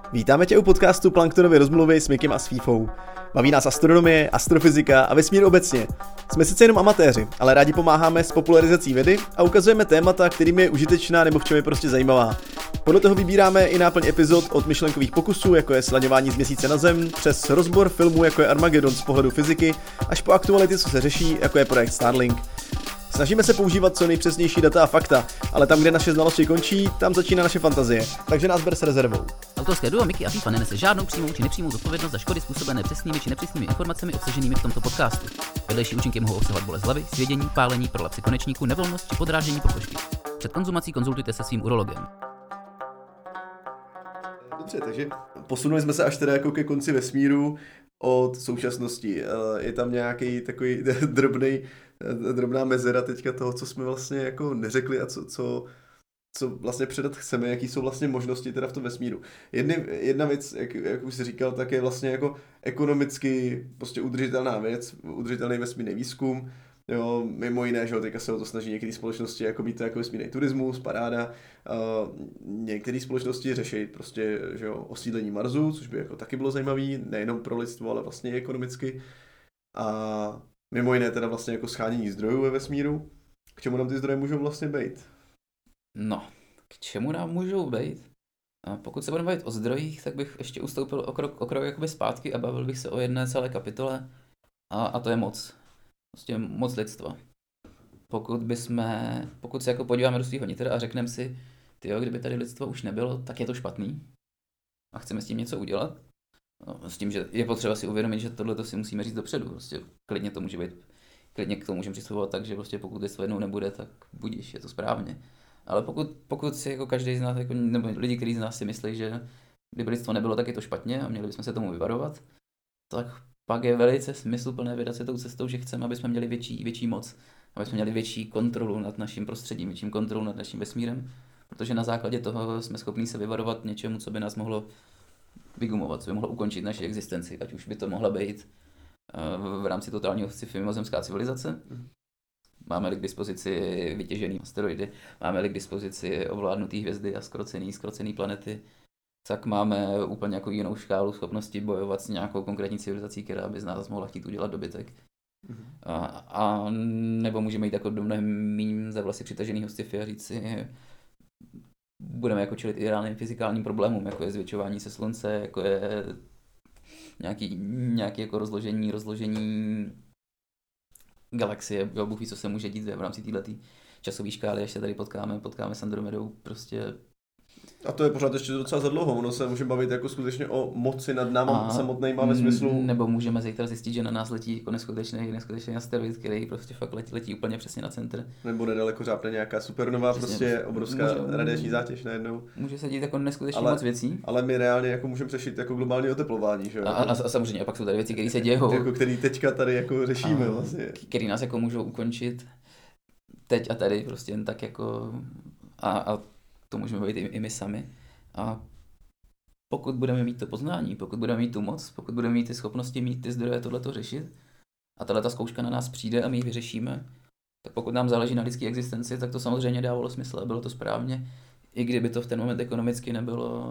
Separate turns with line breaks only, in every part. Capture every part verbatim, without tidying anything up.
Vítáme tě u podcastu Planktonovy rozmluvy s Mikem a s Fífou. Baví nás astronomie, astrofyzika a vesmír obecně. Jsme sice jenom amatéři, ale rádi pomáháme s popularizací vědy a ukazujeme témata, kterým je užitečná nebo v čem je prostě zajímavá. Podle toho vybíráme i náplň epizod od myšlenkových pokusů, jako je slaďování z Měsíce na Zem, přes rozbor filmů, jako je Armageddon z pohledu fyziky, až po aktuality, co se řeší, jako je projekt Starlink. Snažíme se používat co nejpřesnější data a fakta, ale tam, kde naše znalosti končí, tam začíná naše fantazie. Takže nás ber s rezervou.
Autorské duo Miky a Fífa nenese žádnou přímou či nepřímou zodpovědnost za škody způsobené přesnými či nepřesnými informacemi obsaženými v tomto podcastu. Vedlejší účinky mohou obsahovat bolest hlavy, svědění, pálení, prolapsy konečníku, nevolnost či podráždění pokožky. Před konzumací konzultujte se svým urologem.
Dobře, takže posunuli jsme se až teda jako ke konci vesmíru od současnosti. Je tam nějaký takový drobnej, drobná mezera teďka toho, co jsme vlastně jako neřekli a co, co, co vlastně předat chceme, jaký jsou vlastně možnosti teda v tom vesmíru. Jedny, jedna věc, jak, jak už jsi říkal, tak je vlastně jako ekonomicky prostě udržitelná věc, udržitelný vesmírný výzkum. Jo, mimo jiné, že jo, teďka se o to snaží některé společnosti jako mít to jako vesmírný turismus, paráda. Uh, některé společnosti řeší prostě, že jo, osídlení Marsu, což by jako taky bylo zajímavý, nejenom pro lidstvo, ale vlastně i ekonomicky. A mimo jiné teda vlastně jako schánění zdrojů ve vesmíru. K čemu nám ty zdroje můžou vlastně být?
No, k čemu nám můžou být? A pokud se budeme bavit o zdrojích, tak bych ještě ustoupil o krok, o krok jakoby zpátky a bavil bych se o jedné celé kapitole a, a to je moc. Prostě moc lidstva. Pokud bychom, pokud se jako podíváme do svého nitra a řekneme si, tyjo, kdyby tady lidstvo už nebylo, tak je to špatný a chceme s tím něco udělat. No, s tím, že je potřeba si uvědomit, že tohle si musíme říct dopředu. Prostě klidně to může být, klidně k tomu můžeme přistupovat tak, že prostě pokud lidstvo jednou nebude, tak budíš, je to správně. Ale pokud, pokud si jako každý z nás, jako, nebo lidi, kteří z nás si myslí, že kdyby lidstvo nebylo, tak je to špatně a měli bychom se tomu vyvarovat, tak pak je velice smysluplné vydat se tou cestou, že chceme, aby jsme měli větší, větší moc, aby jsme měli větší kontrolu nad naším prostředím, větší kontrolu nad naším vesmírem, protože na základě toho jsme schopni se vyvarovat něčemu, co by nás mohlo vygumovat, co by mohlo ukončit naši existenci, ať už by to mohla být uh, v rámci totálního sci-fi mimozemská civilizace. Máme-li k dispozici vytěžený asteroidy, máme-li k dispozici ovládnutý hvězdy a skrocený, skrocený planety, tak máme úplně jako jinou škálu schopnosti bojovat s nějakou konkrétní civilizací, která by z nás mohla chtít udělat dobytek. Mm-hmm. A, a nebo můžeme jít jako do mnohem méně za vlasy přitaženýho sci-fi a říct si, budeme jako čelit i reálným fyzikálním problémům, jako je zvětšování se slunce, jako je nějaký, nějaký jako rozložení, rozložení galaxie, jo, Bůh ví, co se může dít v rámci této časové škály, až se tady potkáme, potkáme s Andromedou, prostě.
A to je pořád ještě docela za dlouho, ono se může bavit jako skutečně o moci nad náma samotnýma ve smyslu.
Nebo můžeme zítra zjistit, že na nás letí jako neskutečný, neskutečný asteroid, který prostě fakt letí, letí úplně přesně na centr.
Nebo nedaleko řápne nějaká supernova, přesně, prostě obrovská může, radiační zátěž najednou.
Může se dít jako neskutečně
ale,
moc věcí.
Ale my reálně jako můžeme řešit jako globální oteplování, že jo?
A, a, a samozřejmě, a pak jsou tady věci, které se dějou.
Jako který teďka tady jako řešíme a, vlastně.
Který nás jako můžou ukončit teď a tady prostě jen tak jako a, a to můžeme být i, i my sami. A pokud budeme mít to poznání, pokud budeme mít tu moc, pokud budeme mít ty schopnosti, mít ty zdroje tohleto řešit a tahleta zkouška na nás přijde a my ji vyřešíme, tak pokud nám záleží na lidské existenci, tak to samozřejmě dávalo smysl a bylo to správně, i kdyby to v ten moment ekonomicky nebylo,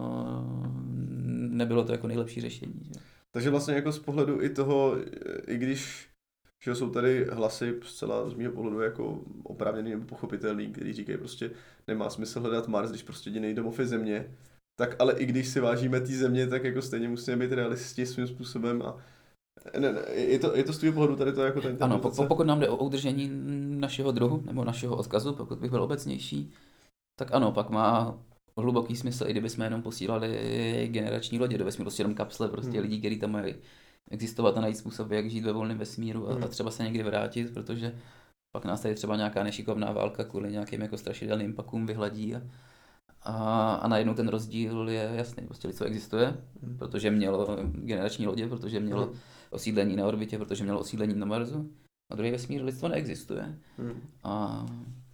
nebylo to jako nejlepší řešení. Že?
Takže vlastně jako z pohledu i toho, i když že jsou tady hlasy zcela z mého pohledu jako oprávněný nebo pochopitelný, který říkají prostě nemá smysl hledat Mars, když prostě jediný domov je Země, tak ale i když si vážíme té Země, tak jako stejně musíme být realisti svým způsobem a ne, ne, je, to, je to z tvého pohledu tady to jako ten
Ano, pokud nám jde o udržení našeho druhu nebo našeho odkazu, pokud bych byl obecnější, tak ano, pak má hluboký smysl, i kdyby jsme jenom posílali generační lodě do vesmíru, prostě jenom kapsle prostě hmm. lidí, kteří tam mají existovat a najít způsoby, jak žít ve volném vesmíru a, hmm. a třeba se někdy vrátit, protože pak nás tady třeba nějaká nešikovná válka kvůli nějakým jako strašidelným pakům vyhladí a, a, a najednou ten rozdíl je jasný. Prostě lidstvo existuje, hmm. protože mělo generační lodě, protože mělo hmm. osídlení na orbitě, protože mělo osídlení na Marsu a druhý vesmír lidstvo neexistuje. Hmm. A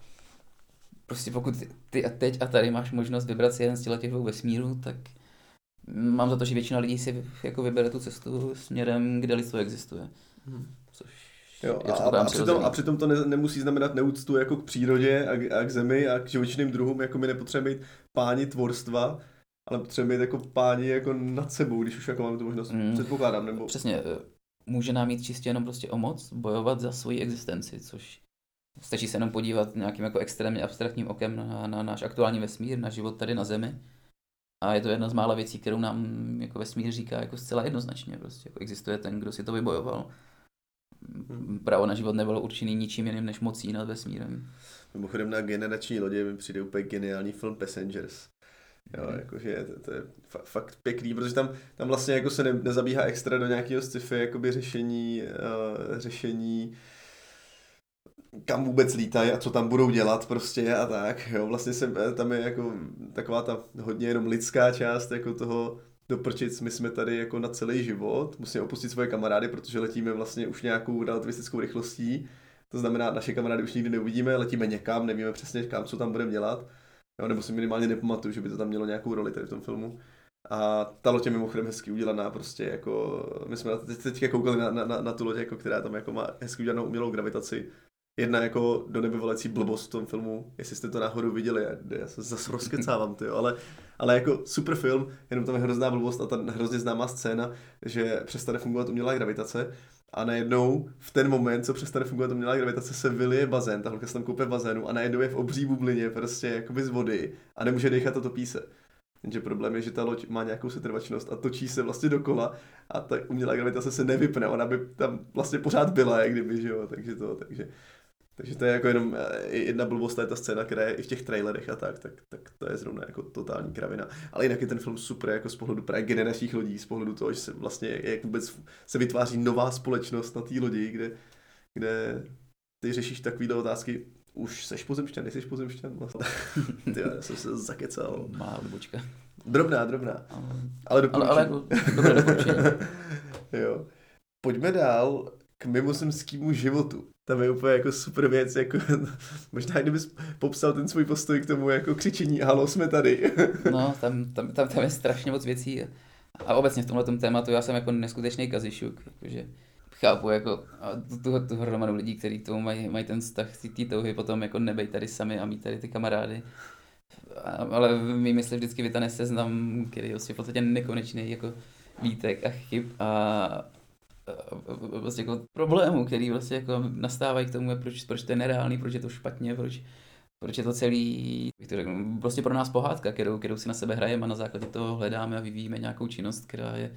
prostě pokud ty a teď a tady máš možnost vybrat si jeden z těch dvou vesmírů, tak mám za to, že většina lidí si jako vybere tu cestu směrem, kde lidstvo existuje. Hmm. Což
jo, a, a, přitom, a přitom to ne, nemusí znamenat neúctu jako k přírodě a k, a k zemi a k živočišným druhům, jako my nepotřebujeme být páni tvorstva, ale potřeba být jako páni jako nad sebou, když už jako máme tu možnost,
Mm,
předpokládám, nebo...
Přesně, eh, může nám jít čistě jenom prostě o moc bojovat za svoji existenci, což stačí se jenom podívat nějakým jako extrémně abstraktním okem na, na náš aktuální vesmír, na život tady na Zemi. A je to jedna z mála věcí, kterou nám jako vesmír říká jako zcela jednoznačně. Prostě jako existuje ten, kdo si to vybojoval.
Hmm.
Právo na život nebylo určený ničím jiným než mocí nad vesmírem.
Mimochodem na generační lodě mi přijde úplně geniální film Passengers. Jo,
Mhm.
jakože to, to je fa- fakt pěkný, protože tam, tam vlastně jako se ne, nezabíhá extra do nějakého sci-fi jakoby řešení, uh, řešení kam vůbec lítají a co tam budou dělat prostě a tak, jo, vlastně se, tam je jako taková ta hodně jenom lidská část jako toho doprčit, my jsme tady jako na celý život, musíme opustit svoje kamarády, protože letíme vlastně už nějakou relativistickou rychlostí, to znamená, naše kamarády už nikdy neuvidíme, letíme někam, nevíme přesně kam, co tam budeme dělat, jo, nebo si minimálně nepamatuju, že by to tam mělo nějakou roli tady v tom filmu. A ta loď je mimochodem hezky udělaná, prostě jako, my jsme teď, teďka koukali na, na, na tu loď, jako, která tam jako má hezky udělanou umělou gravitaci. Jedna jako do nebe volající blbost v tom filmu, jestli jste to náhodou viděli, já, já se zase rozkecávám, tyjo, ale, ale jako super film, jenom tam je hrozná blbost a ta hrozně známá scéna, že přestane fungovat umělá gravitace a najednou v ten moment, co přestane fungovat umělá gravitace, se vylije bazén, ta holka se tam koupe v bazénu a najednou je v obří bublině prostě jakoby z vody a nemůže dechat a topí se. Jenže problém je, že ta loď má nějakou setrvačnost a točí se vlastně dokola a ta umělá gravitace se nevypne, ona by tam vlastně pořád byla, jak kdyby, že jo, takže to, takže takže to je jako jenom jedna blbost, je ta scéna, která je i v těch trailerech a tak, tak, tak to je zrovna jako totální kravina. Ale jinak je ten film super jako z pohledu právě generačních lodí, z pohledu toho, že se vlastně, jak vůbec se vytváří nová společnost na té lodi, kde, kde ty řešíš takovýhle otázky, už seš pozemšťan, nejseš pozemšťan vlastně. Ty, já jsem se zakecal.
Má odbočka.
Drobná, drobná.
Ale,
Ale doporučení.
ale, ale jako dobré doporučení.
Jo. Pojďme dál k mimozemskému životu. Tam je úplně jako super věc, jako možná kdybys popsal ten svůj postoj k tomu jako křičení halo, jsme tady.
No, tam, tam, tam, tam je strašně moc věcí. A obecně v tomhle tématu já jsem jako neskutečný kazišuk, jakože chápu jako a tu, tu, tu hromadu lidí, kteří k tomu mají, mají ten vztah, ty touhy potom jako nebej tady sami a mít tady ty kamarády. A, ale v mý mysli vždycky vytane seznam, který je vlastně v podstatě nekonečný jako výtek a chyb a vlastně jako problémů, který vlastně jako nastávají k tomu, proč, proč to je nereálný, proč je to špatně, proč, proč je to celý, jak to řeknu, prostě pro nás pohádka, kterou, kterou si na sebe hrajeme a na základě toho hledáme a vyvíjíme nějakou činnost, která je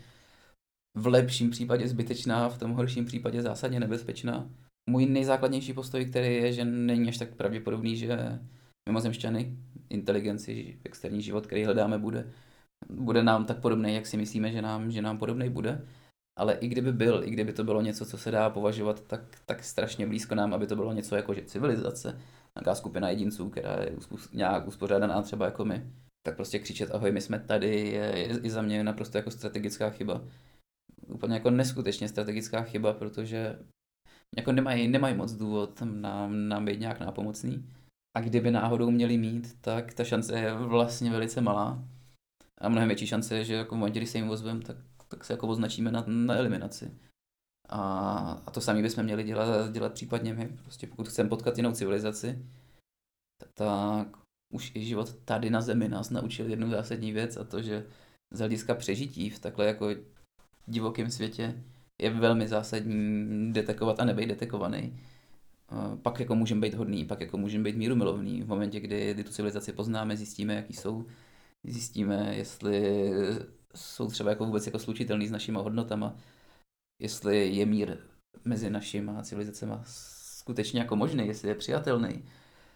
v lepším případě zbytečná, v tom horším případě zásadně nebezpečná. Můj nejzákladnější postoj, který je, že není až tak pravděpodobný, že mimozemšťany, inteligenci, externí život, který hledáme, bude, bude nám tak podobný, jak si myslíme, že nám, že nám podobný bude. Ale i kdyby byl, i kdyby to bylo něco, co se dá považovat tak, tak strašně blízko nám, aby to bylo něco jako že civilizace, nějaká skupina jedinců, která je nějak uspořádaná třeba jako my, tak prostě křičet ahoj, my jsme tady, je, je i za mě naprosto jako strategická chyba. Úplně jako neskutečně strategická chyba, protože jako nemají, nemají moc důvod nám, nám být nějak nápomocný. A kdyby náhodou měli mít, tak ta šance je vlastně velice malá. A mnohem větší šance je, že jako v momentě, když se jim ozvem, tak tak se jako označíme na, na eliminaci. A, a to samé bychom měli dělat, dělat případně my. Prostě pokud chceme potkat jinou civilizaci, tak, tak už i život tady na Zemi nás naučil jednu zásadní věc a to, že z hlediska přežití v takhle jako divokém světě je velmi zásadní detekovat a nebejt detekovaný. A pak jako můžeme být hodný, pak jako můžeme být mírumilovný. V momentě, kdy, kdy tu civilizaci poznáme, zjistíme, jaký jsou, zjistíme, jestli jsou třeba jako vůbec jako slučitelný s našimi hodnotama, jestli je mír mezi našimi civilizacemi skutečně jako možný, jestli je přijatelný,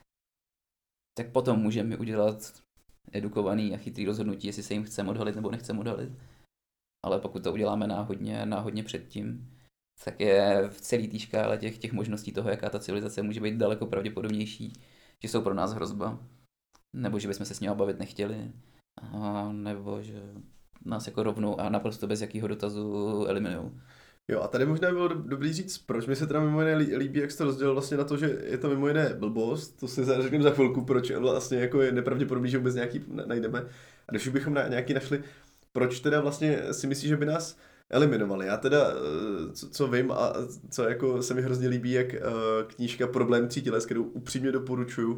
tak potom můžeme udělat edukovaný a chytrý rozhodnutí, jestli se jim chceme odhalit nebo nechceme odhalit. Ale pokud to uděláme náhodně, náhodně předtím, tak je v celé té škále těch, těch možností toho, jaká ta civilizace může být daleko pravděpodobnější, že jsou pro nás hrozba, nebo že bychom se s nimi bavit nechtěli, a nebo že nás jako rovnou a naprosto bez jakého dotazu eliminujou.
Jo, a tady možná bylo dobrý říct, proč mi se teda mimo jiné líbí, jak jsi to rozdělil vlastně na to, že je to mimo jiné blbost, to si řekneme za chvilku, proč vlastně jako je nepravděpodobný, že vůbec nějaký najdeme. A když bychom na, nějaký našli, proč teda vlastně si myslíš, že by nás eliminovali. Já teda, co, co vím a co jako se mi hrozně líbí, jak knížka Problém tří těles, kterou upřímně doporučuju,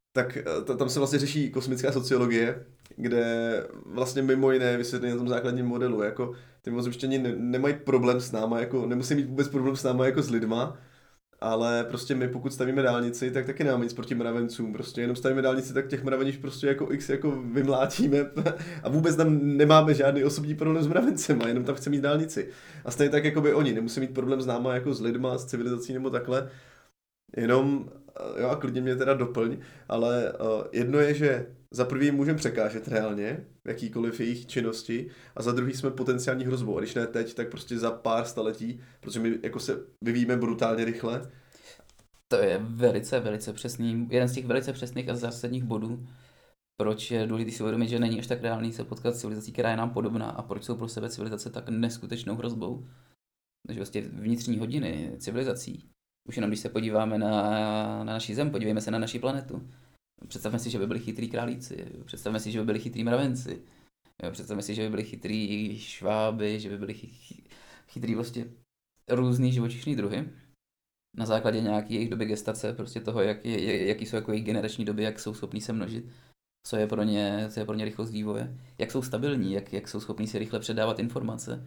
tak t- tam se vlastně řeší kosmická sociologie, kde vlastně mimo jiné vysvětlí na tom základním modelu, jako ty mimozemšťani ne- nemají problém s náma, jako nemusí mít vůbec problém s náma jako s lidma, ale prostě my pokud stavíme dálnici, tak taky nemáme nic proti mravencům, prostě jenom stavíme dálnici, tak těch mraveniš prostě jako x jako vymlátíme a vůbec tam nemáme žádný osobní problém s mravencema, jenom tam chceme mít dálnici. A stejně tak jako by oni, nemusí mít problém s náma jako s lidma, s civilizací nebo takhle, jenom, jo a klidně mě teda doplň, ale uh, jedno je, že za prvý můžeme překážet reálně v jakýkoliv jejich činnosti a za druhý jsme potenciální hrozbou. A když ne teď, tak prostě za pár staletí, protože my jako se vyvíjíme brutálně rychle.
To je velice, velice přesný, jeden z těch velice přesných a zásadních bodů, proč je důležité si uvědomit, že není až tak reálný se potkat s civilizací, která je nám podobná a proč jsou pro sebe civilizace tak neskutečnou hrozbou. Takže vlastně vnitřní hodiny civilizací. Už jenom když se podíváme na, na naši Zem, podívejme se na naši planetu. Představme si, že by byli chytrý králíci, představme si, že by byli chytrý mravenci, představme si, že by byli chytrý šváby, že by byli chy, chytrý vlastně různý živočišní druhy. Na základě nějaké jejich doby gestace, prostě toho, jak je, jaký jsou jako jejich generační doby, jak jsou schopní se množit, co je pro ně, co je pro ně rychlost vývoje, jak jsou stabilní, jak, jak jsou schopní si rychle předávat informace.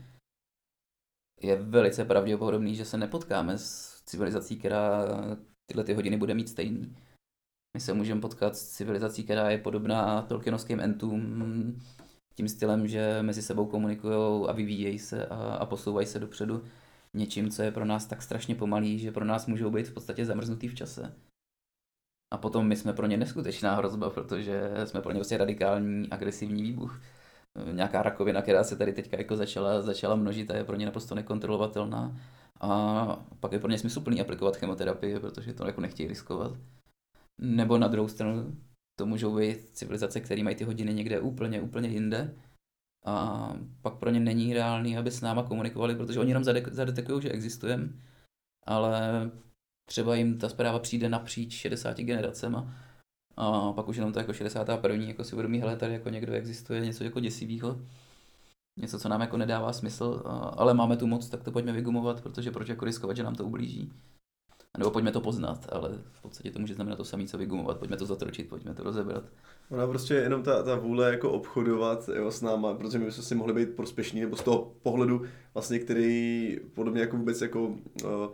Je velice pravděpodobný, že se nepotkáme s civilizací, která tyhle ty hodiny bude mít stejný. My se můžeme potkat s civilizací, která je podobná Tolkienovským entům, tím stylem, že mezi sebou komunikují a vyvíjejí se a, a posouvají se dopředu něčím, co je pro nás tak strašně pomalý, že pro nás můžou být v podstatě zamrznutý v čase. A potom my jsme pro ně neskutečná hrozba, protože jsme pro ně vlastně radikální, agresivní výbuch. Nějaká rakovina, která se tady teďka jako začala, začala množit a je pro ně naprosto nekontrolovatelná. A pak je pro ně smysluplný aplikovat chemoterapii, protože to jako nechtějí riskovat. Nebo na druhou stranu to můžou být civilizace, které mají ty hodiny někde úplně, úplně jinde. A pak pro ně není reálný, aby s náma komunikovali, protože oni jenom zadetekují, že existujeme, ale třeba jim ta zpráva přijde napříč šedesáti generacema a pak už jenom to jako šedesátá první jako si uvědomí, hele, tady jako někdo existuje, něco jako děsivýho, něco, co nám jako nedává smysl, ale máme tu moc, tak to pojďme vygumovat, protože proč jako riskovat, že nám to ublíží. Nebo pojďme to poznat, ale v podstatě to může znamenat to samé, co vygumovat, pojďme to zatročit, pojďme to rozebrat.
Ona prostě jenom ta, ta vůle jako obchodovat jo, s náma, protože my bychom si mohli být prospěšní, nebo z toho pohledu vlastně, který podobně jako vůbec jako uh, uh,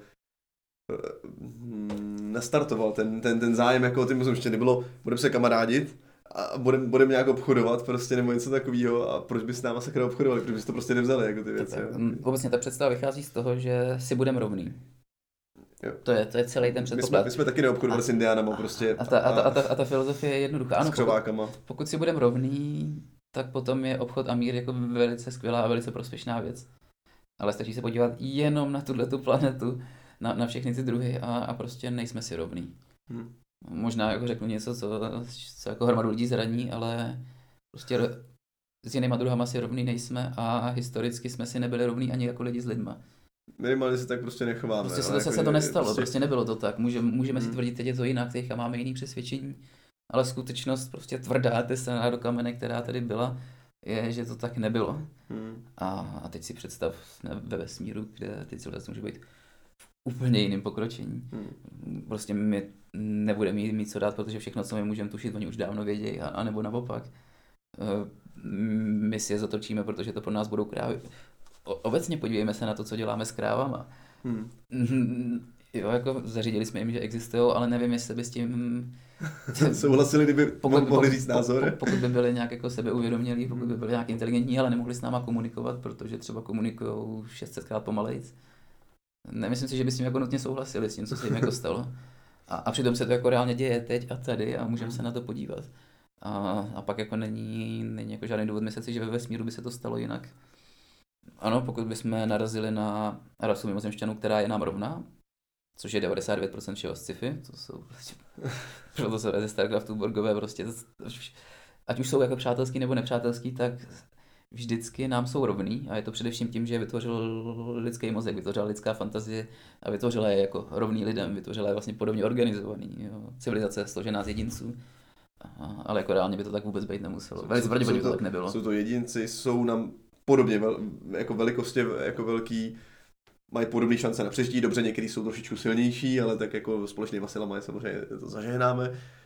nastartoval ten, ten, ten zájem jako o ty mimozemšťany, bylo, budeme se kamarádit a budeme budem nějak obchodovat prostě nebo něco takového a proč by s náma sakra obchodovali, proč by to prostě nevzali jako ty věci.
Tak, obecně ta představa vychází z toho, že si budeme rovný. Jo. To je, to je celý ten předpoklad.
My jsme, my jsme taky neobchodovali s indiánama prostě.
A ta, a, ta, a, ta, a ta filozofie je jednoduchá. Ano,
s křovákama.
Pokud, pokud si budeme rovný, tak potom je obchod a mír jako velice skvělá a velice prospěšná věc. Ale stačí se podívat jenom na tuhletu planetu, na, na všechny ty druhy a, a prostě nejsme si rovný. Hmm. Možná jako řeknu něco, co, co jako hromadu lidí zraní, ale prostě s jinýma druhama si rovný nejsme a historicky jsme si nebyli rovný ani jako lidi s lidma.
Minimálně se tak prostě nechováme.
Prostě se to,
jako
se to nestalo, prostě... prostě nebylo to tak. Můžeme, můžeme hmm. si tvrdit, teď je to jinak, teďka máme jiný přesvědčení, ale skutečnost prostě tvrdá, tesaná do kamene, která tady byla, je, že to tak nebylo. Hmm. A, a teď si představ, jsme ve vesmíru, kde ty civilizace může být v úplně jiném pokročení. Hmm. Prostě my nebudeme mít, mít co dát, protože všechno, co my můžeme tušit, oni už dávno vědějí, a, a nebo naopak. My si je zatočíme, protože to pro nás budou krávy. Obecně podívejme se na to, co děláme s krávama. Hmm. Jo, jako zařídili jsme jim, že existují, ale nevím, jestli by s tím...
Souhlasili, kdyby pokud, mohli říct názor.
Pokud by byli nějak jako sebeuvědomělí, pokud by byli nějak inteligentní, ale nemohli s náma komunikovat, protože třeba komunikují šest set krát pomalejc. Nemyslím si, že by s tím jako nutně souhlasili, s tím, co se jim jako stalo. A, a přitom se to jako reálně děje teď a tady a můžeme se na to podívat. A, a pak jako není, není jako žádný důvod myslet si, že ve vesmíru by se to stalo jinak. Ano, pokud bychom narazili na rasu mimozemšťanů, která je nám rovná, což je devadesát devět procent všeho sci-fi, to jsou prostě, proto se ze Starcraftu Borgové prostě, ať už jsou jako přátelský nebo nepřátelský, tak vždycky nám jsou rovný a je to především tím, že vytvořil lidský mozek, vytvořila lidská fantazie a vytvořila je jako rovný lidem, vytvořila je vlastně podobně organizovaný, jo. Civilizace složená z jedinců. Aha, ale jako reálně by to tak vůbec být nemuselo. Velice pravděpodobně to tak nebylo.
Jsou to jedinci, jsou nám podobně vel, jako velikosti, jako velký, mají podobné šance na přežití. Dobře, některý jsou trošičku silnější, ale tak jako společnýma silama je samozřejmě to zažehnáme.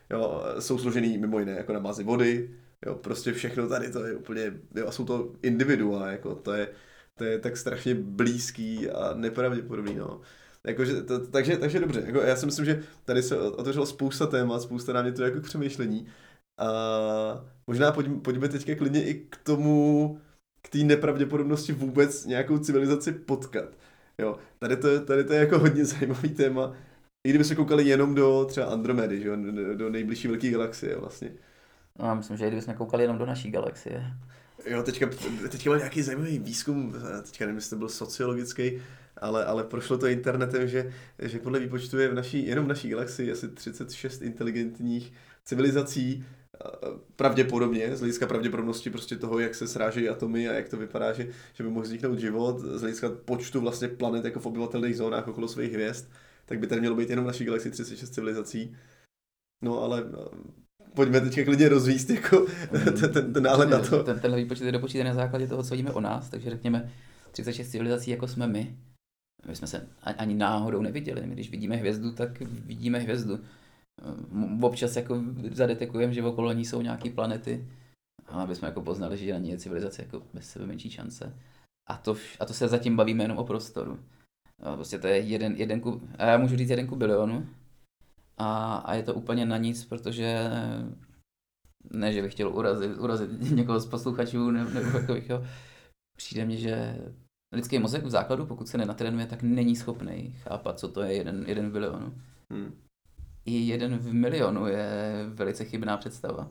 jo, jsou složený mimo jiné jako na bázi vody, jo, prostě všechno tady to je úplně, jo, a jsou to individua, jako to je, to je tak strašně blízký a nepravděpodobný, no. Jakože, to, takže, takže dobře, jako já si myslím, že tady se otevřelo spousta témat, spousta námětů jako k přemýšlení a možná pojďme, pojďme teďka klidně i k tomu, k té nepravděpodobnosti vůbec nějakou civilizaci potkat. Jo, tady to, tady to je jako hodně zajímavý téma, i kdyby se koukali jenom do třeba Andromedy, že jo, do, do nejbližší velké galaxie vlastně.
No, já myslím, že i kdybychom koukali jenom do naší galaxie.
Jo, teďka, teďka byl nějaký zajímavý výzkum, teďka nevím, jestli to byl sociologický, ale, ale prošlo to internetem, že, že podle výpočtu je v naší, jenom v naší galaxii asi třicet šest inteligentních civilizací, pravděpodobně, z hlediska pravděpodobnosti prostě toho, jak se srážejí atomy a jak to vypadá, že, že by mohl vzniknout život, z hlediska počtu vlastně planet jako v obyvatelných zónách okolo svých hvězd, tak by tady mělo být jenom v naší galaxii třicet šest civilizací. No ale pojďme teďka klidně rozvíst jako ten, ten, ten náhled na to.
Ten, tenhle výpočet je dopočítaný na základě toho, co víme o nás, takže řekněme třicet šest civilizací, jako jsme my. My jsme se ani náhodou neviděli. My když vidíme hvězdu, tak vidíme hvězdu. Občas jako zadetekujeme, že okolo ní jsou nějaké planety, aby jsme jako poznali, že na ní je civilizace jako bez sebe menší šance. A to, a to se zatím bavíme jenom o prostoru. Prostě to je jeden, jeden ku, a já můžu říct jeden ku bilionu. A, a je to úplně na nic, protože ne, že bych chtěl urazit, urazit někoho z posluchačů nebo, nebo takových, jo. Přijde mně, že lidský mozek v základu, pokud se nenatrénuje, tak není schopný chápat, co to je jeden, jeden v bilionu. Hmm. I jeden v milionu je velice chybná představa.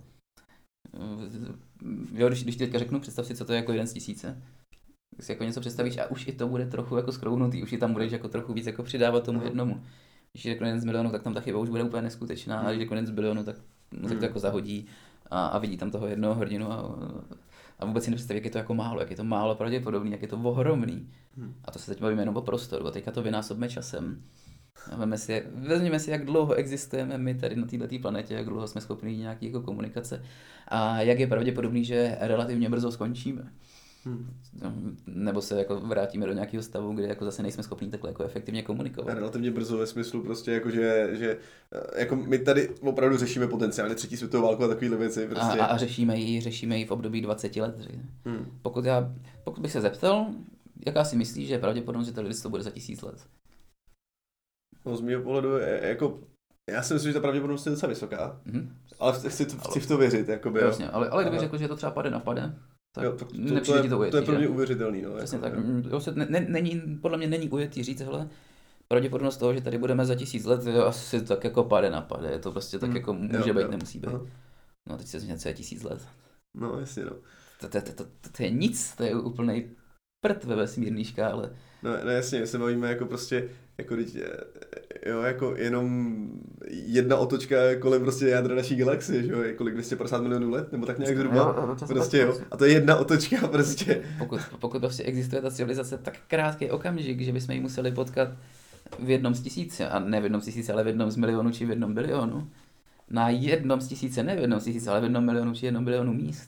Jo, když, když ti teďka řeknu, představ si, co to je jako jeden z tisíce. Tak si jako něco představíš a už i to bude trochu jako skrouhnutý, už i tam budeš jako trochu víc jako přidávat tomu jednomu. Když řeknu jeden z milionu, tak tam ta chyba už bude úplně neskutečná, a když řeknu jeden z bilionu, tak mozek to jako zahodí a, a vidí tam toho jednoho hrdinu a, a vůbec si nepředstaví, jak je to jako málo, jak je to málo pravděpodobný, jak je to ohromný. A to se teď bavíme jenom o prostoru a teďka to vynásobíme časem. Vezměme si, vezměme si, jak dlouho existujeme my tady na této planetě, jak dlouho jsme schopni nějaký jako komunikace a jak je pravděpodobný, že relativně brzo skončíme. Hmm. Nebo se jako vrátíme do nějakého stavu, kde jako zase nejsme schopni takhle jako efektivně komunikovat.
Relativně brzo ve smyslu prostě jako, že, že jako my tady opravdu řešíme potenciálně třetí světovou válku a takovýhle věci. Prostě.
A, a řešíme ji, řešíme ji v období dvacet let. Hmm. Pokud, já, pokud bych se zeptal, jaká si myslíš, že je pravděpodobnost, že to lidstvo bude za tisíc let?
No, z mého pohledu je, jako, já si myslím, že ta pravděpodobnost je docela vysoká, mm-hmm. ale chci, chci, chci v to věřit. Jakoby,
jasně, ale, ale kdybych řekl, že to třeba pade na pade, tak jo, to, to,
to, je,
to, ujetí,
to je pro mě uvěřitelný. No,
přesně
jako,
tak. Jo, se, ne, není, podle mě není ujetý říct, hele, pravděpodobnost toho, že tady budeme za tisíc let, je asi tak jako pade na pade, je to prostě tak mm. jako může jo, být, jo. Nemusí být. Aha. No teď se změní, co je tisíc let.
No jasně, no.
To, to, to, to, to je nic, to je úplnej prd ve vesmírný škále.
No, no jasně, se bavíme jako prostě, jako teď, jo, jako jenom jedna otočka kolem prostě jádra naší galaxie, že jo, je kolik dvě stě padesát milionů let, nebo tak nějak zhruba, jo, prostě jo, a to je jedna otočka prostě.
Pokud, pokud prostě existuje ta civilizace tak krátký okamžik, že bychom ji museli potkat v jednom z tisíce, a ne v jednom z tisíce, ale v jednom z milionu či v jednom bilionu, na jednom z tisíce, ne v jednom z tisíce, ale v jednom milionu či jednom bilionu míst,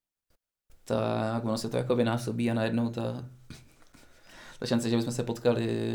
tak ono se to jako vynásobí a najednou ta ta šance, že bychom se potkali,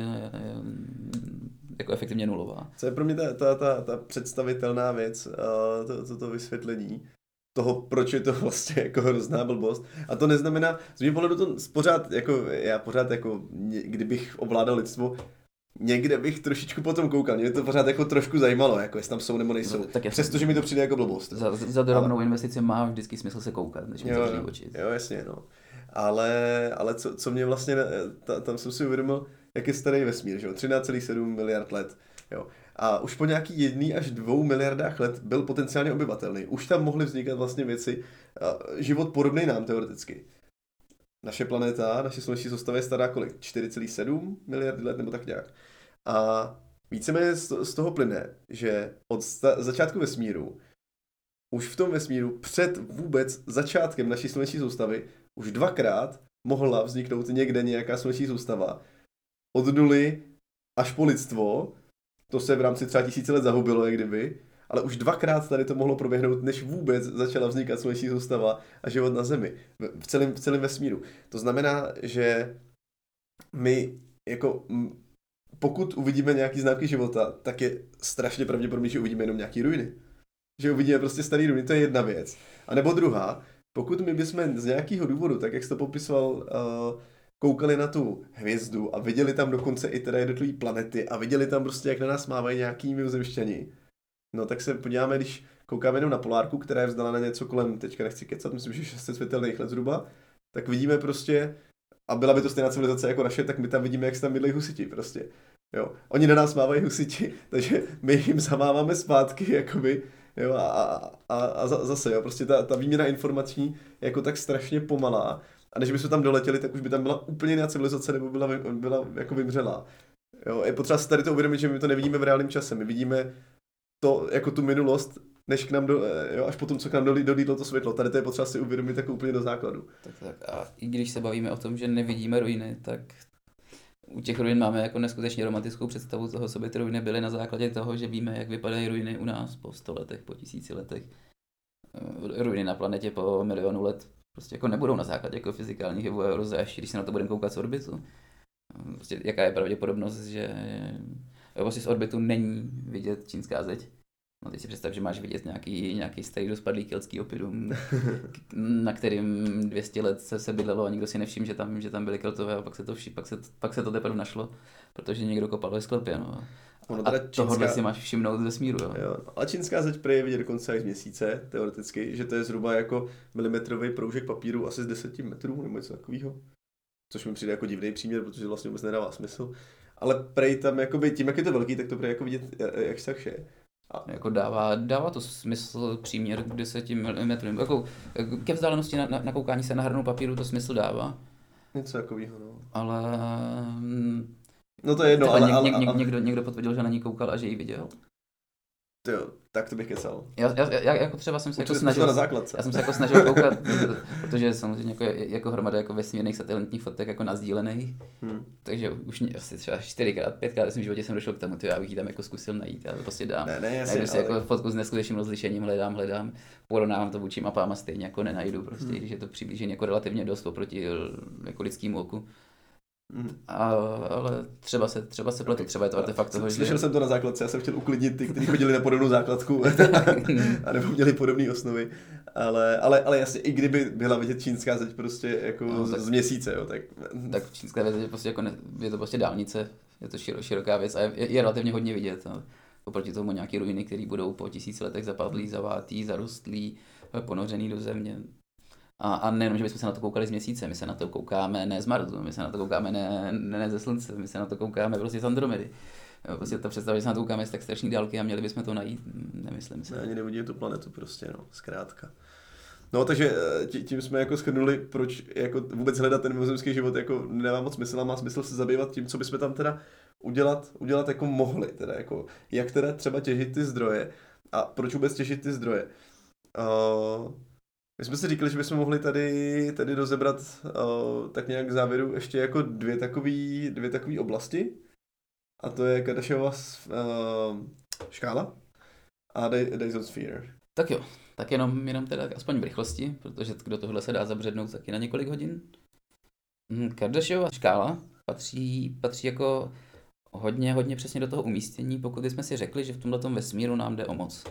jako efektivně nulová.
Co je pro mě ta, ta, ta, ta představitelná věc, to, to, to vysvětlení toho, proč je to vlastně jako hrozná blbost. A to neznamená, z mého pohledu to pořád, jako já pořád, jako kdybych ovládal lidstvo, někde bych trošičku potom koukal, mě to pořád jako trošku zajímalo, jako jestli tam jsou nebo nejsou, přestože mi to přijde jako blbost.
Za, za drobnou ale... investici má vždycky smysl se koukat, než mi zavřít oči.
Jo, jasně, no. Ale, ale co, co mě vlastně, ta, tam jsem si uvědomil, jak je starý vesmír, že jo, třináct celá sedm miliard let, jo. A už po nějaký jedný až dvou miliardách let byl potenciálně obyvatelný. Už tam mohly vznikat vlastně věci, život podobný nám teoreticky. Naše planeta, naše sluneční soustava je stará kolik? čtyři celá sedm miliardy let nebo tak nějak. A víceméně z toho plyne, že od sta- začátku vesmíru, už v tom vesmíru před vůbec začátkem naší sluneční soustavy, už dvakrát mohla vzniknout někde nějaká sluneční soustava. Od nuly až po lidstvo, to se v rámci třeba tisíce let zahubilo, jak kdyby, ale už dvakrát tady to mohlo proběhnout, než vůbec začala vznikat sluneční soustava a život na Zemi, v celém, v celém vesmíru. To znamená, že my jako, pokud uvidíme nějaký známky života, tak je strašně pravděpodobný, že uvidíme jenom nějaký ruiny. že uvidíme prostě starý ruiny, to je jedna věc. A nebo druhá, pokud my bychom z nějakého důvodu, tak jak jsi to popisoval, uh, koukali na tu hvězdu a viděli tam dokonce i teda jednotlivé planety a viděli tam prostě, jak na nás mávají nějaký mimozemšťani, no tak se podíváme, když koukáme jenom na polárku, která je vzdala na něco kolem, teďka nechci kecat, myslím, že šest set světelných let zhruba, tak vidíme prostě, a byla by to stejná civilizace jako naše, tak my tam vidíme, jak se tam bydlejí husiti prostě. Jo. Oni na nás mávají husiti, takže my jim zamáváme zpátky, jakoby, jo, a, a, a zase, jo, prostě ta, ta výměna informací je jako tak strašně pomalá. A než bychom tam doletěli, tak už by tam byla úplně jiná civilizace, nebo byla, byla jako vymřelá. Jo, je potřeba si tady to uvědomit, že my to nevidíme v reálném čase. My vidíme to jako tu minulost, než k nám do, jo, až potom, co k nám dolídlo to světlo. Tady to je potřeba si uvědomit jako úplně do základu.
Tak, tak. A i když se bavíme o tom, že nevidíme ruiny, tak u těch ruin máme jako neskutečně romantickou představu toho, co by ty ruiny byly na základě toho, že víme, jak vypadají ruiny u nás po sto letech, po tisíci letech. Ruiny na planetě po milionu let prostě jako nebudou na základě jako fyzikálních jevů a eroze, až když se na to budeme koukat z orbitu. Prostě jaká je pravděpodobnost, že prostě z orbitu není vidět čínská zeď. No teď si představ, že máš vidět nějaký, nějaký starý rozpadlý keltský opidum, na kterým dvě stě let se, se bydlelo a nikdo si nevšiml, že tam, že tam byly keltové a pak se to, vši, pak se, pak se to teprve našlo, protože někdo kopal ve sklepě. No.
Ono
a
čínská...
tohohle si máš všimnout ze smíru. Jo.
Jo. A čínská zeď prý je vidět dokonce až z měsíce, teoreticky, že to je zhruba jako milimetrový proužek papíru asi z deseti metrů nebo něco takového. Což mi přijde jako divný příměr, protože vlastně vůbec nedává smysl. Ale prej tam jakoby, tím, jak je to velký, tak to prej jako vidět, jak se tak je.
A... Jako dává, dává to smysl příměr k deseti metrům. Jako, ke vzdálenosti na, na, na koukání se na hranu papíru to smysl dává.
Něco takového, no.
Ale...
No to je jedno, ale,
něk,
ale,
něk,
ale...
Někdo, někdo potvrdil, že na ní koukal a že ji viděl.
Jo, tak to bych kecal.
Já, já, já jako třeba jsem se jako
snažil,
na já jsem se jako snažil koukat, protože samozřejmě jako, jako hromada jako vesmírných satelitních fotek jako nazdílených, hmm. takže už asi třeba čtyřikrát, pětkrát v životě jsem došel k tomu, já bych ji tam jako zkusil najít, já to prostě dám.
Ne, ne,
najdu si
ale...
jako fotku s neskutečným rozlišením, hledám, hledám, porovnávám to vůči mapám a stejně jako nenajdu prostě, hmm. když je to přiblížení jako relativně dost oproti jako lidskému oku. Mm. A, ale třeba se, třeba se pletu, třeba je to artefakt toho, že...
Slyšel jsem to na základce, já jsem chtěl uklidnit ty, kteří chodili na podobnou základku a nebo měli podobné osnovy, ale, ale, ale jasně, i kdyby byla vidět čínská zeď prostě jako no, tak, z měsíce, jo, tak...
Tak čínská zeď je prostě jako, ne, je to prostě dálnice, je to širo, široká věc a je, je relativně hodně vidět. No. Oproti tomu nějaký ruiny, které budou po tisíci letech zapadlý, zavátý, zarostlý, ponořený do země. A, a nejenom, že bychom se na to koukali z měsíce, my se na to koukáme ne z Marsu, my se na to koukáme ne, ne, ne ze Slunce, my se na to koukáme prostě z Andromedy. Jo, prostě ta představa, že se na to koukáme z tak strašný dálky a měli bychom to najít, nemyslím si.
Ne, ani nevidíme tu planetu prostě, no, zkrátka. No, takže tím jsme jako shrnuli, proč jako vůbec hledat ten mimozemský život jako nemá moc smysl a má smysl se zabývat tím, co bychom tam teda udělat, udělat jako mohli, teda jako, jak teda třeba těžit ty zdroje a proč vůbec těžit ty zdroje. Uh, My jsme si říkali, že bychom mohli tady, tady rozebrat uh, tak nějak k závěru ještě jako dvě takové dvě takový oblasti. A to je Kardashianova uh, škála a Dyson Sphere.
Tak jo, tak jenom, jenom teda aspoň v rychlosti, protože do tohle se dá zabřednout taky na několik hodin. Kardashianova škála patří, patří jako hodně, hodně přesně do toho umístění, pokud jsme si řekli, že v tomhletom vesmíru nám jde o moc.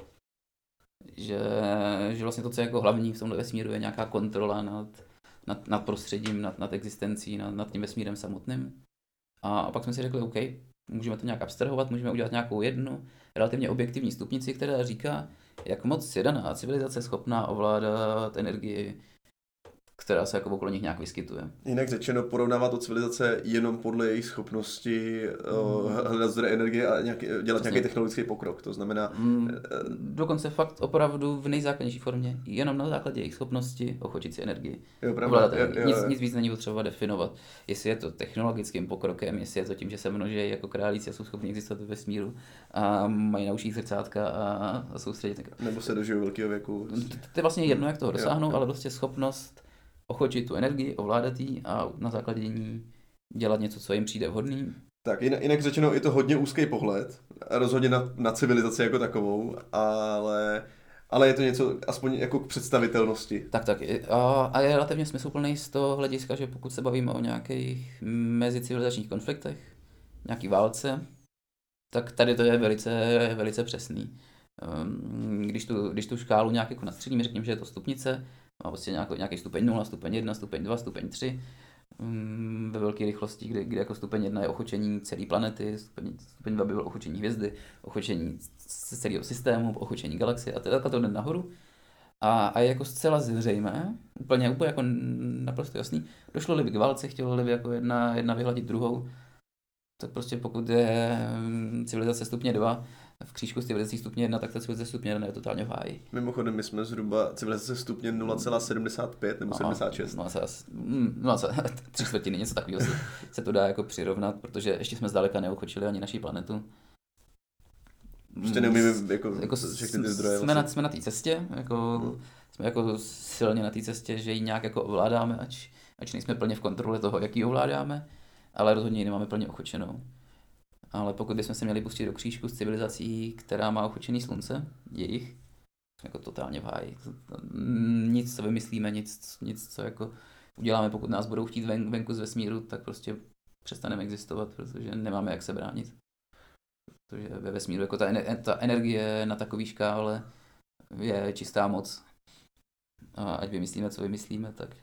Že, že vlastně to, co je jako hlavní v tomhle vesmíru, je nějaká kontrola nad, nad, nad prostředím, nad, nad existencí, nad, nad tím vesmírem samotným. A, a pak jsme si řekli, OK, můžeme to nějak abstrahovat, můžeme udělat nějakou jednu relativně objektivní stupnici, která říká, jak moc je daná civilizace schopná ovládat energii, která se jako okolo nich nějak vyskytuje.
Jinak řečeno, porovnává to civilizace jenom podle jejich schopnosti uh, hledat zdroje energie a nějaký, dělat nějaký technologický pokrok. To znamená...
Mm, dokonce fakt opravdu v nejzákladnější formě, jenom na základě jejich schopnosti ochočit si energii.
Jo, pravda. Jo, jo,
nic, nic víc není potřeba definovat. Jestli je to technologickým pokrokem, jestli je to tím, že se množí jako králíci a jsou schopni existovat ve vesmíru a mají na uších zrcátka a, a soustředit.
Nebo se dožijou velkého věku.
To je vlastně jedno, jak toho dosáhnou, jo, jo. Ale prostě schopnost ochočit tu energii, ovládat ji a na základě ní dělat něco, co jim přijde vhodný.
Tak, jinak, jinak řečeno, je to hodně úzký pohled, rozhodně na, na civilizaci jako takovou, ale, ale je to něco aspoň jako k představitelnosti.
Tak, tak. A, a je relativně smysluplný z toho hlediska, že pokud se bavíme o nějakých mezicivilizačních konfliktech, nějaký válce, tak tady to je velice, velice přesný. Um, když, tu, když tu škálu nějak jako nastředíme, řekněme, že je to stupnice, má prostě nějaký, nějaký stupeň nula, stupeň jedna, stupeň dva, stupeň tři, um, ve velké rychlosti, kdy, kdy jako stupeň jedna je ochočení celé planety, stupeň, stupeň dva by bylo ochočení hvězdy, ochočení celého systému, ochočení galaxie a takhle to jde nahoru. A, a je jako zcela zřejmé, úplně, úplně jako naprosto jasný, došlo-li by k válce, chtělo-li by jako jedna, jedna vyhladit druhou, tak prostě pokud je civilizace stupně dva v křížku s civilizací stupně jedna, tak ta civilizace stupně jedna je totálně v háji.
Mimochodem, my jsme zhruba civilizace stupně nula celá sedmdesát pět nebo sedmdesát šest.
nula celá tři čtvrtiny, něco takového se, se to dá jako přirovnat, protože ještě jsme zdaleka neochočili ani naší planetu.
Prostě neumíme jako, jako všechny ty zdroje.
Jsme vlastně. na, jsme na té cestě, jako, hmm. jsme jako silně na té cestě, že ji nějak jako ovládáme, ač, ač nejsme plně v kontrole toho, jak ji ovládáme, ale rozhodně ji nemáme plně ochočenou. Ale pokud bychom se měli pustit do křížku s civilizací, která má ochočený slunce, jejich, jsme jako totálně v háji. Nic, co vymyslíme, nic, nic, co jako uděláme, pokud nás budou chtít ven, venku z vesmíru, tak prostě přestaneme existovat, protože nemáme jak se bránit. Protože ve vesmíru jako ta, ta energie na takové škále je čistá moc. A ať vymyslíme, co vymyslíme, tak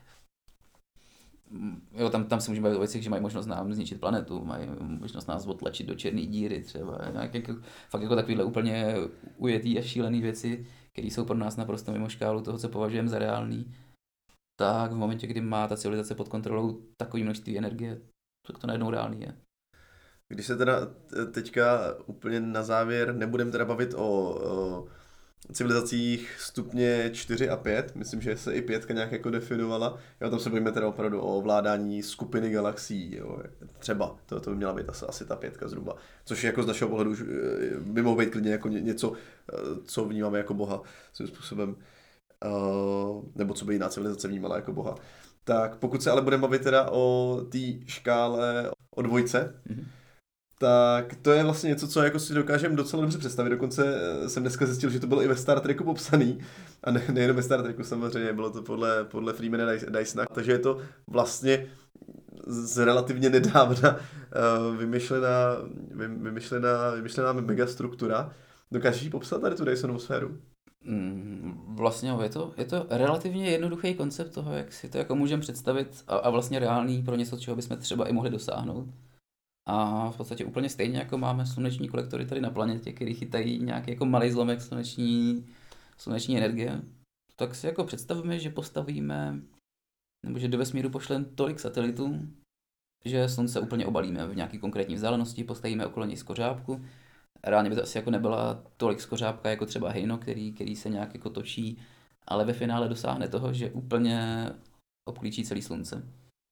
jo, tam, tam se můžeme bavit o věcech, že mají možnost nám zničit planetu, mají možnost nás odtlačit do černé díry třeba. Nějak, jako, fakt jako takovýhle úplně ujetý a šílený věci, které jsou pro nás naprosto mimo škálu toho, co považujeme za reálný. Tak v momentě, kdy má ta civilizace pod kontrolou takové množství energie, tak to najednou reálný je.
Když se teda teďka úplně na závěr nebudeme teda bavit o, o civilizacích stupně čtyři a pět, myslím, že se i pětka nějak jako definovala. Jo, tam se bavíme teda opravdu o ovládání skupiny galaxií, jo, třeba, to, to by měla být asi, asi ta pětka zhruba. Což jako z našeho pohledu už by mohlo být klidně jako něco, co vnímáme jako boha svým způsobem, uh, nebo co by jiná civilizace vnímala jako boha. Tak pokud se ale budeme bavit teda o té škále o dvojce, mm-hmm. tak to je vlastně něco, co jako si dokážeme docela dobře představit. Dokonce jsem dneska zjistil, že to bylo i ve Star Treku popsaný. A ne, nejenom ve Star Treku samozřejmě, bylo to podle, podle Freemana Dysona. Takže je to vlastně z relativně nedávna uh, vymyšlená, vymyšlená, vymyšlená megastruktura. Dokážeš ji popsat tady tu Dysonovu sféru?
Mm, vlastně je to, je to relativně jednoduchý koncept toho, jak si to jako můžeme představit a, a vlastně reálný pro něco, čeho bychom třeba i mohli dosáhnout. A v podstatě úplně stejně jako máme sluneční kolektory tady na planetě, který chytají nějaký jako malý zlomek sluneční, sluneční energie, tak si jako představíme, že postavíme, nebo že do vesmíru pošleme tolik satelitů, že slunce úplně obalíme v nějaký konkrétní vzdálenosti, postavíme okolo něj skořápku. Reálně by to asi jako nebyla tolik skořápka jako třeba hejno, který, který se nějak jako točí, ale ve finále dosáhne toho, že úplně obklíčí celý slunce.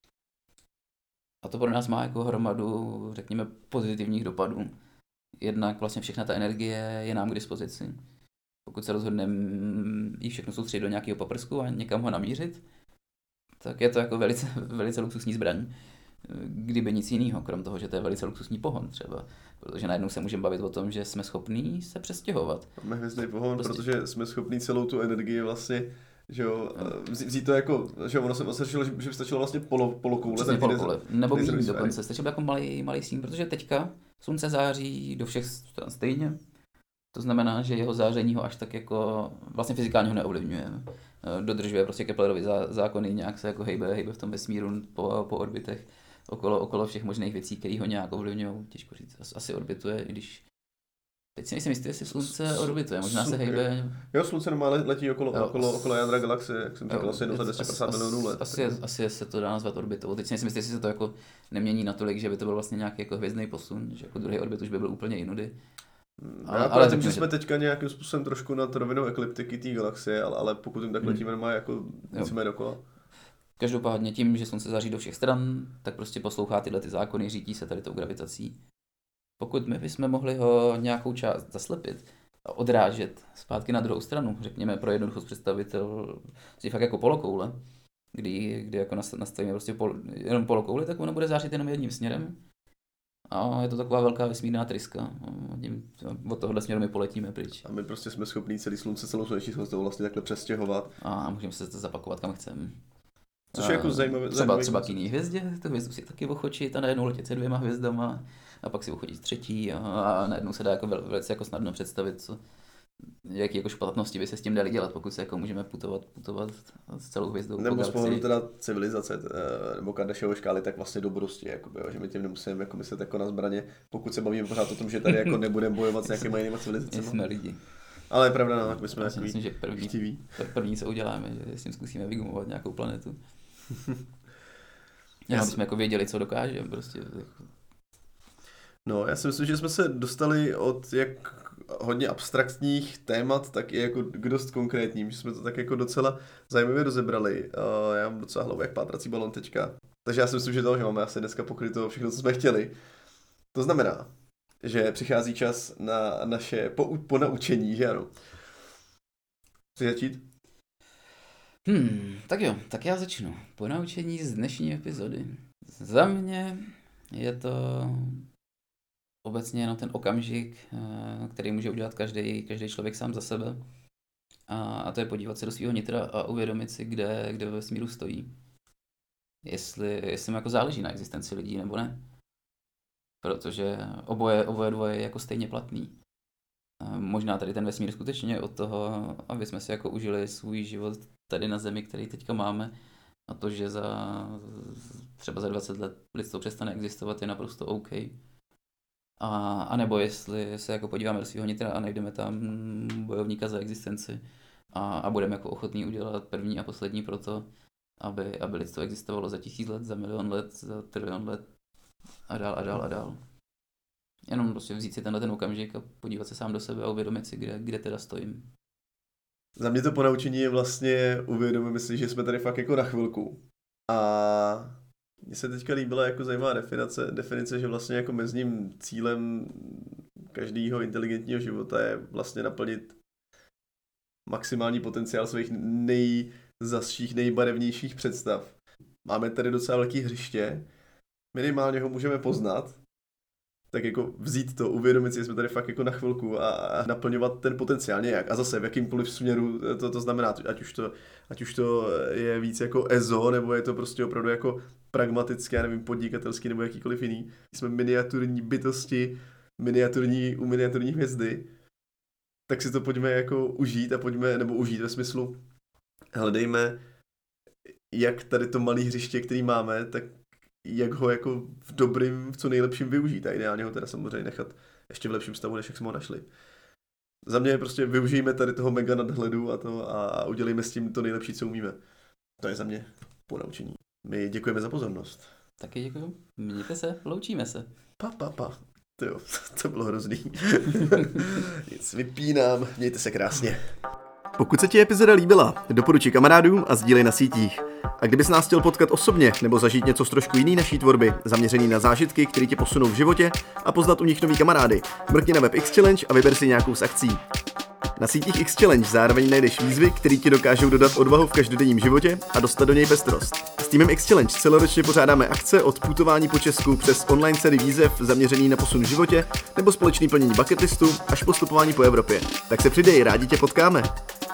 A to pro nás má jako hromadu, řekněme, pozitivních dopadů. Jednak vlastně všechna ta energie je nám k dispozici. Pokud se rozhodneme jí všechno soustředit do nějakého paprsku a někam ho namířit, tak je to jako velice, velice luxusní zbraň. Kdyby nic jiného, krom toho, že to je velice luxusní pohon třeba. Protože najednou se můžeme bavit o tom, že jsme schopní se přestěhovat.
Máme hvězdný pohon, prostě... protože jsme schopní celou tu energii vlastně, že jo, vzít to jako, že jo, ono se řešilo, že by stačilo vlastně polo, polokoule.
Přesně polokoule, nebo mít dokonce, stačilo jako malý, malý stín, protože teďka slunce září do všech stran stejně. To znamená, že jeho záření ho až tak jako vlastně fyzikálně ho neovlivňuje. Dodržuje prostě Keplerovy zákony, nějak se jako hejbe, hejbe v tom vesmíru po, po orbitech, okolo, okolo všech možných věcí, které ho nějak ovlivňují. Těžko říct, asi orbituje, i když teď si nejsem jistý, jestli slunce orbituje, možná se hejbe.
Jo, slunce normálně letí okolo, jo, okolo, okolo jádra galaxie, jak jsem říkal, asi jednou za dvě stě padesát milionů let.
Asi, je, asi se to dá nazvat orbitou. Teď si nejsem jistý, jestli se to jako nemění natolik, že by to byl vlastně nějaký jako hvězdný posun, že jako druhý orbit už by byl úplně jinudy.
Ale, ale, ale tím, že jsme teďka nějakým způsobem trošku nad rovinou ekliptiky té galaxie, ale, ale pokud jim tak letíme, hmm. má jako víceméně dokola.
Každopádně tím, že slunce září do všech stran, tak prostě poslouchá tyhle ty zákony, řídí se tady tou gravitací. Pokud my bychom mohli ho nějakou část zaslepit a odrážet zpátky na druhou stranu, řekněme pro jednoduchost představitel, si fakt jako polokoule, kdy, kdy jako nastavíme prostě pol, jenom polokouli, tak ono bude zářit jenom jedním směrem. A je to taková velká vesmírná tryska. Tím, od tohohle směru my poletíme pryč.
A my prostě jsme schopní celý slunce, celou sluneční soustavu vlastně takhle přestěhovat.
A můžeme se to zapakovat kam chceme.
Což je jako zajímavé.
Třeba, třeba k jiný hvězdě, tu hvězdu si taky ochočit a najednou letět se dvěma hvězdama a pak si ochočit třetí a, a najednou se dá jako vel, velice jako snadno představit, co, jaký jako špatnosti by se s tím dali dělat, pokud se jako můžeme putovat, putovat s celou hvězdou.
Nebo z pohledu teda civilizace, nebo Kardashiovy škály, tak vlastně do budoucnosti, jakoby, že my tím nemusíme jako myslet jako na zbraně, pokud se bavíme pořád o tom, že tady jako nebudeme bojovat s nějakými jinými civilizacemi.
Jsme lidi.
Ale je pravda, no, tak my jsme
Já si myslím, že první,
chtiví.
první, co uděláme, že s tím zkusíme vygumovat nějakou planetu. Já jsme jako věděli, co dokážeme prostě.
No, já si myslím, že jsme se dostali od jak hodně abstraktních témat, tak i jako k dost konkrétním, že jsme to tak jako docela zajímavě rozebrali. Uh, já mám docela hlavu jak pátrací balon teďka. Takže já si myslím, že to, že máme asi dneska pokryto všechno, co jsme chtěli. To znamená, že přichází čas na naše po, ponaučení, že ano? Chci začít?
Hmm, tak jo, tak já začnu. Ponaučení z dnešní epizody. Za mě je to obecně jenom ten okamžik, který může udělat každý, každý člověk sám za sebe. A, a to je podívat se do svého nitra a uvědomit si, kde, kde ve vesmíru stojí. Jestli, jestli mu jako záleží na existenci lidí nebo ne. Protože oboje, oboje dvoje je jako stejně platný. A možná tady ten vesmír skutečně od toho, aby jsme si jako užili svůj život tady na Zemi, který teďka máme, a to, že za třeba za dvacet let lidstvo přestane existovat, je naprosto OK. A, a nebo jestli se jako podíváme do svého nitra a najdeme tam bojovníka za existenci a, a budeme jako ochotní udělat první a poslední pro to, aby, aby lidstvo existovalo za tisíc let, za milion let, za trilion let a dál a dál a dál. Jenom prostě vzít si tenhle ten okamžik a podívat se sám do sebe a uvědomit si, kde, kde teda stojím.
Za mě to ponaučení je vlastně uvědomit si, že jsme tady fakt jako na chvilku. A mně se teďka líbila jako zajímavá definice, definice, že vlastně jako mezním cílem každého inteligentního života je vlastně naplnit maximální potenciál svých nejzazších, nejbarevnějších představ. Máme tady docela velké hřiště, minimálně ho můžeme poznat, tak jako vzít to, uvědomit si, že jsme tady fakt jako na chvilku a, a naplňovat ten potenciál nějak. A zase v jakýmkoliv směru to, to znamená, ať už to, ať už to je víc jako ezo, nebo je to prostě opravdu jako pragmatické, já nevím, podnikatelský nebo jakýkoliv jiný. Jsme miniaturní bytosti, miniaturní, u miniaturní hvězdy, tak si to pojďme jako užít a pojďme, nebo užít ve smyslu, hledejme, jak tady to malé hřiště, který máme, tak jak ho jako v dobrým, v co nejlepším využít a ideálně ho teda samozřejmě nechat ještě v lepším stavu, než jak jsme ho našli. Za mě prostě využijeme tady toho mega nadhledu a, to, a udělejme s tím to nejlepší, co umíme. To je za mě ponaučení. My děkujeme za pozornost.
Taky děkuju. Mějte se, loučíme se.
Pa, pa, pa. Tyjo, to bylo hrozný. Nic, vypínám. Mějte se krásně. Pokud se ti epizoda líbila, doporučuji kamarádům a sdílej na sítích. A kdybys nás chtěl potkat osobně nebo zažít něco z trošku jiný naší tvorby, zaměřený na zážitky, které tě posunou v životě a poznat u nich nový kamarády, mrkni na web X-Challenge a vyber si nějakou z akcí. Na sítích X-Challenge zároveň najdeš výzvy, které ti dokážou dodat odvahu v každodenním životě a dostat do něj pestrost. S týmem X-Challenge celoročně pořádáme akce od putování po Česku přes online sérii výzev zaměřený na posun v životě nebo společný plnění bucket listu až postupování po Evropě. Tak se přidej, rádi tě potkáme.